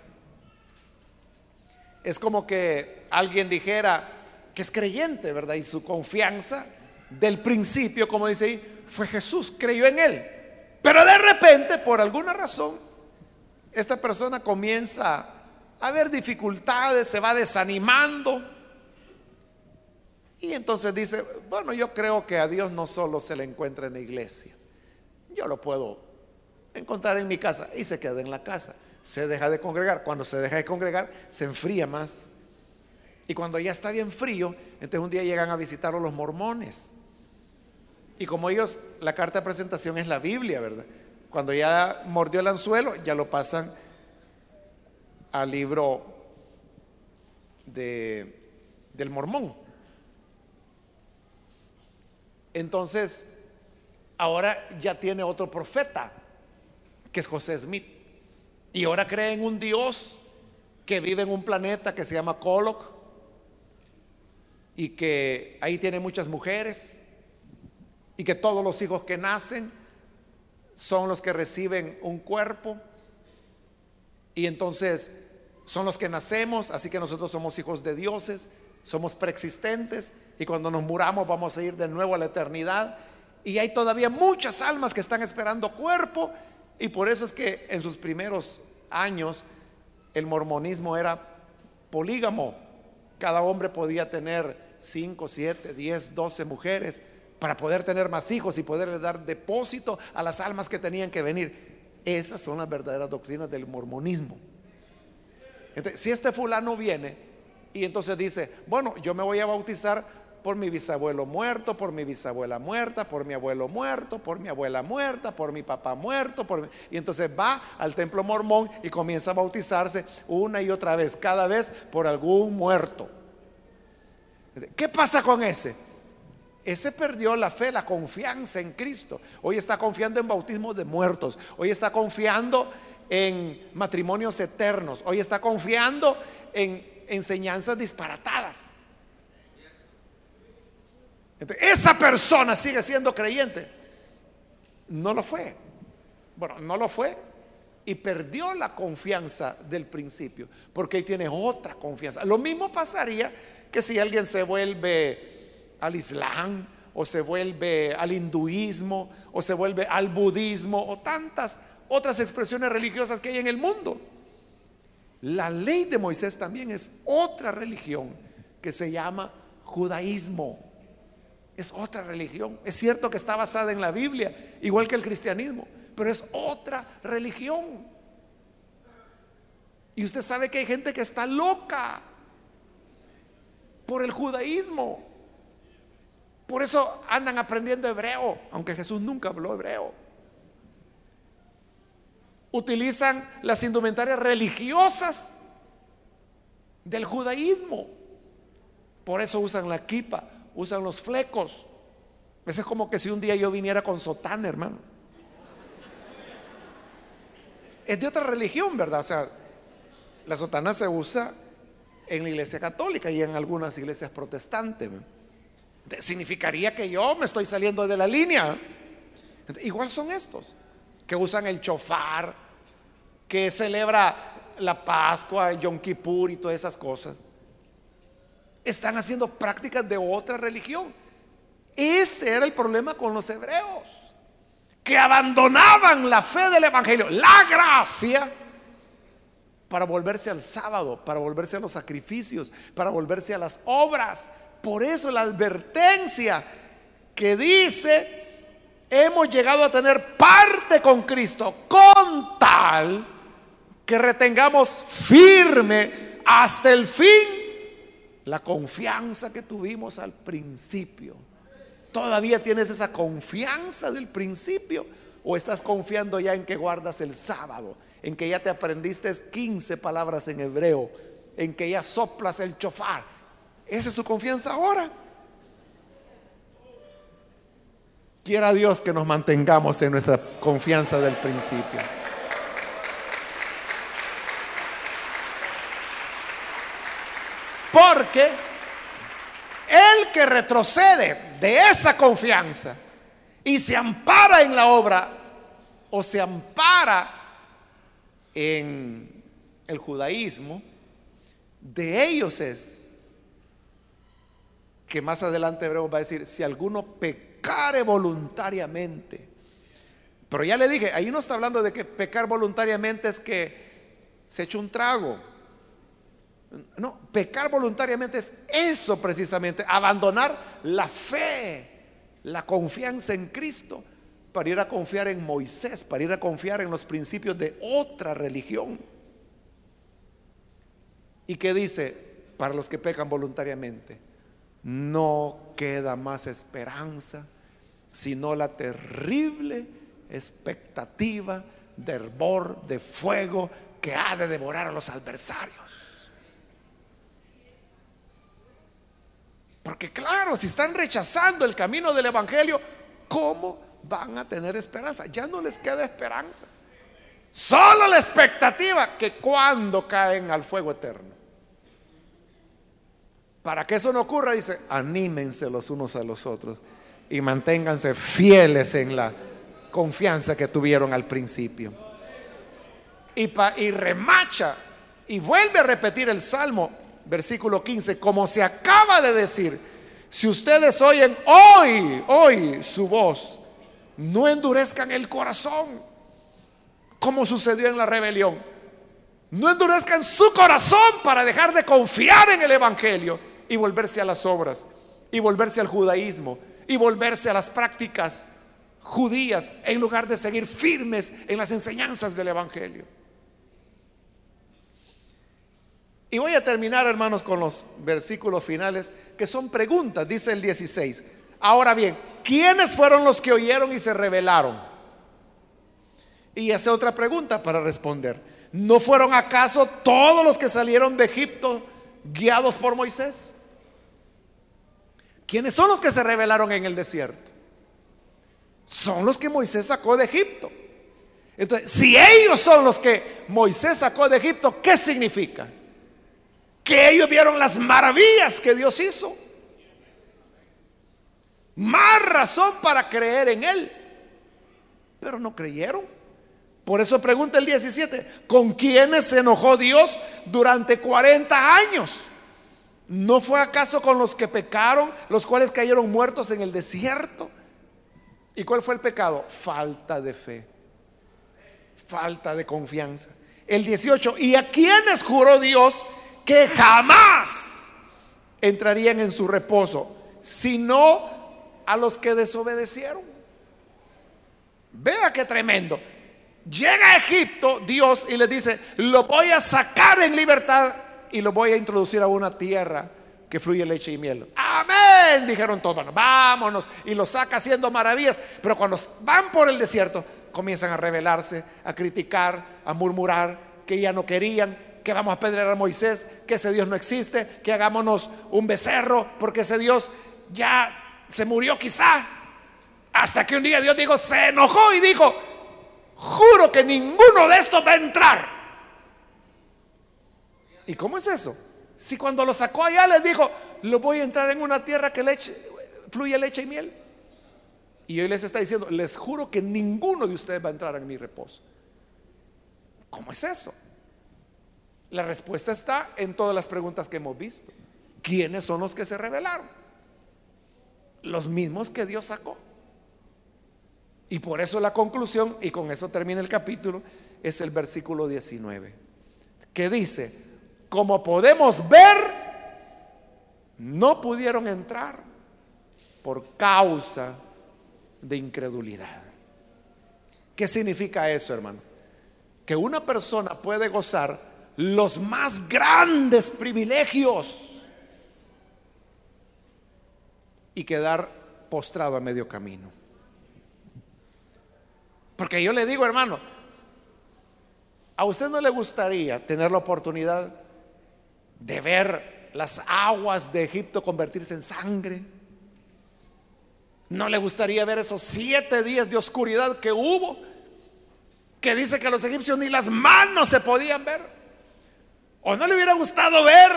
es como que alguien dijera que es creyente, ¿verdad? Y su confianza del principio, como dice ahí, fue Jesús, creyó en Él. Pero de repente, por alguna razón, esta persona comienza a ver dificultades, se va desanimando y entonces dice: bueno, yo creo que a Dios no solo se le encuentra en la iglesia, yo lo puedo encontrar en mi casa, y se queda en la casa, se deja de congregar. Cuando se deja de congregar, se enfría más, y cuando ya está bien frío, entonces un día llegan a visitarlo los mormones, y como ellos, la carta de presentación es la Biblia, ¿verdad? Cuando ya mordió el anzuelo, ya lo pasan al libro de, del Mormón. Entonces, ahora ya tiene otro profeta, que es José Smith, y ahora cree en un Dios que vive en un planeta que se llama Coloc, y que ahí tiene muchas mujeres, y que todos los hijos que nacen son los que reciben un cuerpo, y entonces son los que nacemos, así que nosotros somos hijos de dioses, somos preexistentes, y cuando nos muramos vamos a ir de nuevo a la eternidad, y hay todavía muchas almas que están esperando cuerpo. Y por eso es que en sus primeros años el mormonismo era polígamo. Cada hombre podía tener cinco, siete, diez, doce mujeres para poder tener más hijos y poderle dar depósito a las almas que tenían que venir. Esas son las verdaderas doctrinas del mormonismo. Entonces, si este fulano viene y entonces dice: bueno, yo me voy a bautizar por mi bisabuelo muerto, por mi bisabuela muerta, por mi abuelo muerto, por mi abuela muerta, por mi papá muerto, por mi... y entonces va al templo mormón y comienza a bautizarse una y otra vez, cada vez por algún muerto. ¿Qué pasa con ese? Ese perdió la fe, la confianza en Cristo. Hoy está confiando en bautismos de muertos, hoy está confiando en matrimonios eternos, hoy está confiando en enseñanzas disparatadas. Entonces, esa persona sigue siendo creyente. No lo fue. Bueno, no lo fue y perdió la confianza del principio, porque ahí tiene otra confianza. Lo mismo pasaría que si alguien se vuelve al Islam, o se vuelve al hinduismo, o se vuelve al budismo, o tantas otras expresiones religiosas que hay en el mundo. La ley de Moisés también es otra religión que se llama judaísmo. Es otra religión. Es cierto que está basada en la Biblia, igual que el cristianismo, pero es otra religión. Y usted sabe que hay gente que está loca por el judaísmo. Por eso andan aprendiendo hebreo, aunque Jesús nunca habló hebreo. Utilizan las indumentarias religiosas del judaísmo. Por eso usan la kipa, usan los flecos. Eso es como que si un día yo viniera con sotana, hermano. Es de otra religión, ¿verdad? O sea, la sotana se usa en la iglesia católica y en algunas iglesias protestantes. Significaría que yo me estoy saliendo de la línea. Igual son estos que usan el chofar, que celebra la Pascua, el Yom Kippur y todas esas cosas. Están haciendo prácticas de otra religión. Ese era el problema con los hebreos, que abandonaban la fe del evangelio, la gracia, para volverse al sábado, para volverse a los sacrificios, para volverse a las obras. Por eso la advertencia que dice: hemos llegado a tener parte con Cristo, con tal que retengamos firme hasta el fin la confianza que tuvimos al principio. ¿Todavía tienes esa confianza del principio? ¿O estás confiando ya en que guardas el sábado, en que ya te aprendiste quince palabras en hebreo, en que ya soplas el chofar? ¿Esa es tu confianza ahora? Quiera Dios que nos mantengamos en nuestra confianza del principio. Porque el que retrocede de esa confianza y se ampara en la obra o se ampara en el judaísmo, de ellos es que más adelante Hebreo va a decir: si alguno pecare voluntariamente. Pero ya le dije, ahí no está hablando de que pecar voluntariamente es que se echa un trago. No, pecar voluntariamente es eso precisamente: abandonar la fe, la confianza en Cristo, para ir a confiar en Moisés, para ir a confiar en los principios de otra religión. ¿Y qué dice para los que pecan voluntariamente? No queda más esperanza sino la terrible expectativa de hervor, de fuego que ha de devorar a los adversarios. Porque claro, si están rechazando el camino del evangelio, ¿cómo van a tener esperanza? Ya no les queda esperanza. Solo la expectativa que cuando caen al fuego eterno. Para que eso no ocurra, dice: anímense los unos a los otros y manténganse fieles en la confianza que tuvieron al principio. Y, pa, y remacha y vuelve a repetir el Salmo, versículo quince, como se acaba de decir: si ustedes oyen hoy, hoy su voz, no endurezcan el corazón, como sucedió en la rebelión. No endurezcan su corazón para dejar de confiar en el evangelio y volverse a las obras, y volverse al judaísmo, y volverse a las prácticas judías, en lugar de seguir firmes en las enseñanzas del evangelio. Y voy a terminar, hermanos, con los versículos finales, que son preguntas. Dice el dieciséis: ahora bien, ¿quiénes fueron los que oyeron y se rebelaron? Y hace otra pregunta para responder: ¿no fueron acaso todos los que salieron de Egipto guiados por Moisés? ¿Quiénes son los que se rebelaron en el desierto? Son los que Moisés sacó de Egipto. Entonces, si ellos son los que Moisés sacó de Egipto, ¿qué significa? Que ellos vieron las maravillas que Dios hizo. Más razón para creer en Él. Pero no creyeron. Por eso pregunta el diecisiete: ¿con quiénes se enojó Dios durante cuarenta años? ¿No fue acaso con los que pecaron, los cuales cayeron muertos en el desierto? ¿Y cuál fue el pecado? Falta de fe, falta de confianza. El dieciocho: ¿y a quiénes juró Dios que jamás entrarían en su reposo, sino a los que desobedecieron? Vea qué tremendo. Llega a Egipto Dios y les dice: lo voy a sacar en libertad y lo voy a introducir a una tierra que fluye leche y miel. Amén, dijeron todos. Bueno, vámonos. Y lo saca haciendo maravillas. Pero cuando van por el desierto, comienzan a rebelarse, a criticar, a murmurar, que ya no querían, que vamos a apedrear a Moisés, que ese Dios no existe, que hagámonos un becerro porque ese Dios ya se murió quizá. Hasta que un día Dios dijo, se enojó y dijo: juro que ninguno de estos va a entrar. ¿Y cómo es eso? Si cuando lo sacó allá les dijo: lo voy a entrar en una tierra que leche, fluye leche y miel. Y hoy les está diciendo: les juro que ninguno de ustedes va a entrar en mi reposo. ¿Cómo es eso? La respuesta está en todas las preguntas que hemos visto. ¿Quiénes son los que se rebelaron? Los mismos que Dios sacó. Y por eso la conclusión, y con eso termina el capítulo, es el versículo diecinueve, que dice: como podemos ver, no pudieron entrar por causa de incredulidad. ¿Qué significa eso, hermano? Que una persona puede gozar los más grandes privilegios y quedar postrado a medio camino. Porque yo le digo, hermano, ¿a usted no le gustaría tener la oportunidad de ver las aguas de Egipto convertirse en sangre? ¿No le gustaría ver esos siete días de oscuridad que hubo, que dice que los egipcios ni las manos se podían ver? ¿O no le hubiera gustado ver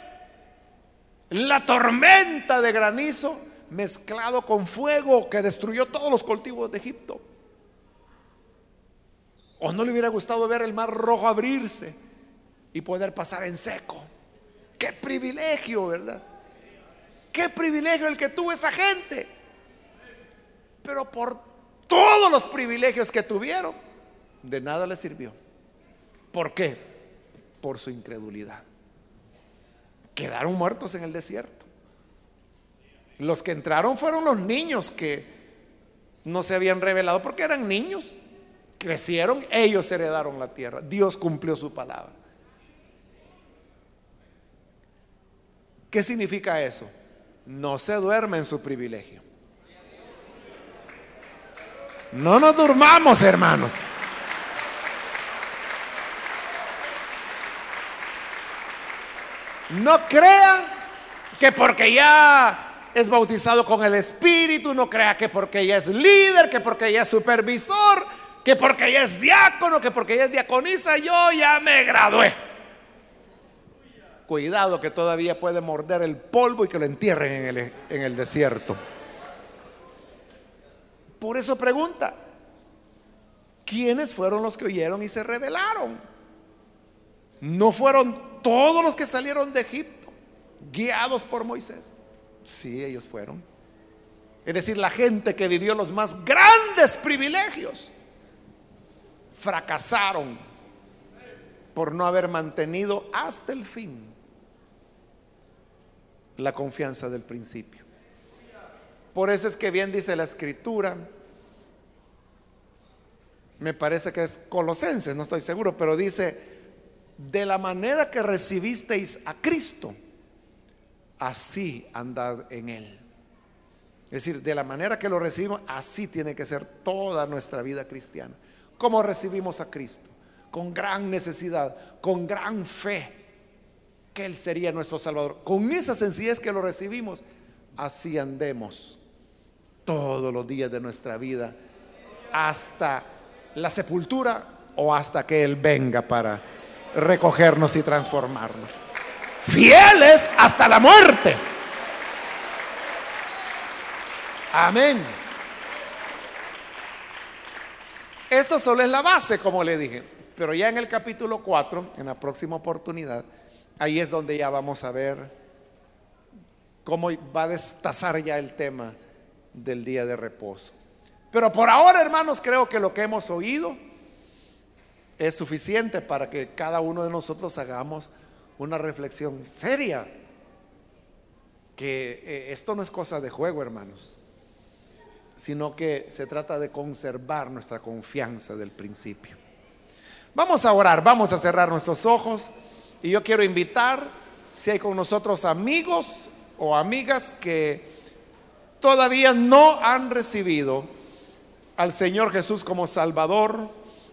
la tormenta de granizo mezclado con fuego que destruyó todos los cultivos de Egipto? ¿O no le hubiera gustado ver el mar rojo abrirse y poder pasar en seco? ¡Qué privilegio!, ¿verdad? ¡Qué privilegio el que tuvo esa gente! Pero por todos los privilegios que tuvieron, de nada les sirvió. ¿Por qué? Por su incredulidad. Quedaron muertos en el desierto. Los que entraron fueron los niños que no se habían revelado porque eran niños. Crecieron, ellos heredaron la tierra. Dios cumplió su palabra. ¿Qué significa eso? No se duerme en su privilegio. No nos durmamos, hermanos. No crean que porque ya es bautizado con el Espíritu, no crea que porque ya es líder, que porque ya es supervisor, que porque ya es diácono, que porque ya es diaconisa, yo ya me gradué. Cuidado, que todavía puede morder el polvo y que lo entierren en el, en el desierto. Por eso pregunta: ¿quiénes fueron los que oyeron y se rebelaron? ¿No fueron todos los que salieron de Egipto guiados por Moisés? Sí, ellos fueron. Es decir, la gente que vivió los más grandes privilegios fracasaron por no haber mantenido hasta el fin la confianza del principio. Por eso es que bien dice la Escritura, me parece que es Colosenses, no estoy seguro, pero dice: de la manera que recibisteis a Cristo, así andad en él. Es decir, de la manera que lo recibimos, así tiene que ser toda nuestra vida cristiana. ¿Cómo recibimos a Cristo? Con gran necesidad, con gran fe que Él sería nuestro Salvador. Con esa sencillez que lo recibimos, así andemos todos los días de nuestra vida, hasta la sepultura o hasta que Él venga para recogernos y transformarnos. Fieles hasta la muerte. Amén. Esto solo es la base, como le dije, pero ya en el capítulo cuatro, en la próxima oportunidad, ahí es donde ya vamos a ver cómo va a destazar ya el tema del día de reposo. Pero por ahora, hermanos, creo que lo que hemos oído es suficiente para que cada uno de nosotros hagamos una reflexión seria, que eh, esto no es cosa de juego, hermanos, sino que se trata de conservar nuestra confianza del principio. Vamos a orar, vamos a cerrar nuestros ojos y yo quiero invitar, si hay con nosotros amigos o amigas que todavía no han recibido al Señor Jesús como Salvador,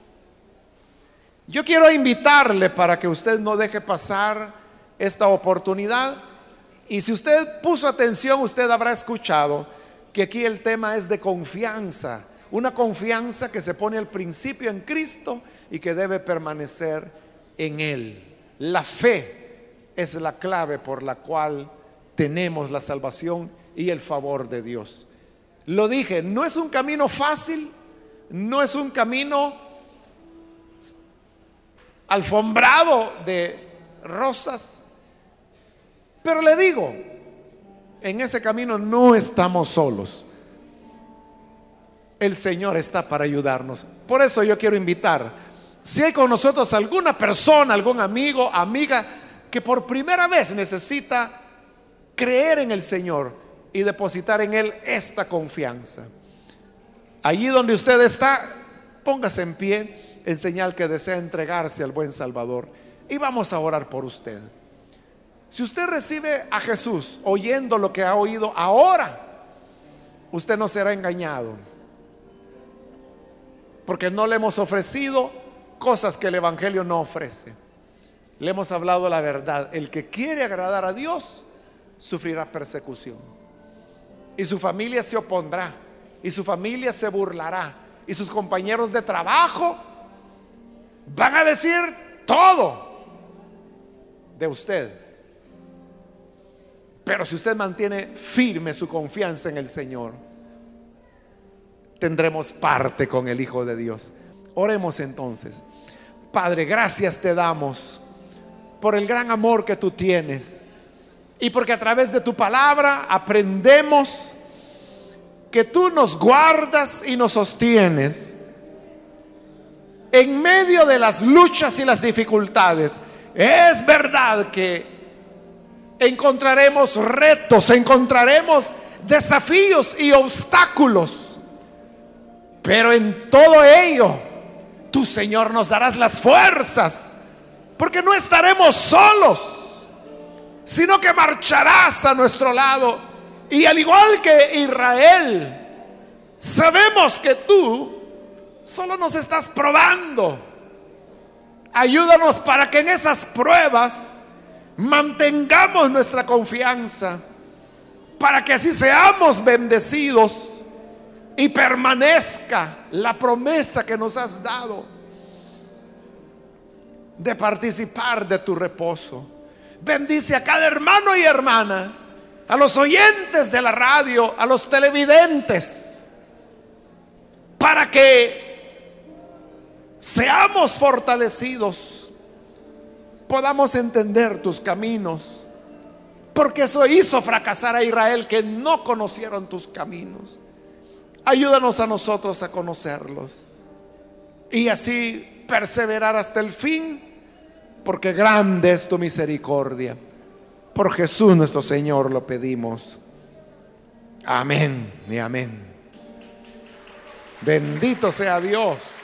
yo quiero invitarle para que usted no deje pasar esta oportunidad. Y si usted puso atención, usted habrá escuchado que aquí el tema es de confianza, una confianza que se pone al principio en Cristo y que debe permanecer en Él. La fe es la clave por la cual tenemos la salvación y el favor de Dios. Lo dije, no es un camino fácil, no es un camino alfombrado de rosas, pero le digo, en ese camino no estamos solos. El Señor está para ayudarnos. Por eso yo quiero invitar, si hay con nosotros alguna persona, algún amigo, amiga, que por primera vez necesita creer en el Señor y depositar en Él esta confianza, allí donde usted está, póngase en pie en señal que desea entregarse al buen Salvador y vamos a orar por usted. Si usted recibe a Jesús oyendo lo que ha oído ahora, usted no será engañado, porque no le hemos ofrecido cosas que el Evangelio no ofrece. Le hemos hablado la verdad. El que quiere agradar a Dios sufrirá persecución, y su familia se opondrá, y su familia se burlará, y sus compañeros de trabajo van a decir todo de usted. Pero si usted mantiene firme su confianza en el Señor, tendremos parte con el Hijo de Dios. Oremos entonces. Padre, gracias te damos por el gran amor que tú tienes y porque a través de tu palabra aprendemos que tú nos guardas y nos sostienes en medio de las luchas y las dificultades. Es verdad que encontraremos retos, encontraremos desafíos y obstáculos, pero en todo ello tú, Señor, nos darás las fuerzas, porque no estaremos solos, sino que marcharás a nuestro lado. Y al igual que Israel, sabemos que tú solo nos estás probando. Ayúdanos para que en esas pruebas mantengamos nuestra confianza, para que así seamos bendecidos y permanezca la promesa que nos has dado de participar de tu reposo. Bendice a cada hermano y hermana, a los oyentes de la radio, a los televidentes, para que seamos fortalecidos, podamos entender tus caminos, porque eso hizo fracasar a Israel, que no conocieron tus caminos. Ayúdanos a nosotros a conocerlos y así perseverar hasta el fin, porque grande es tu misericordia. Por Jesús nuestro Señor lo pedimos. Amén y amén. Bendito sea Dios.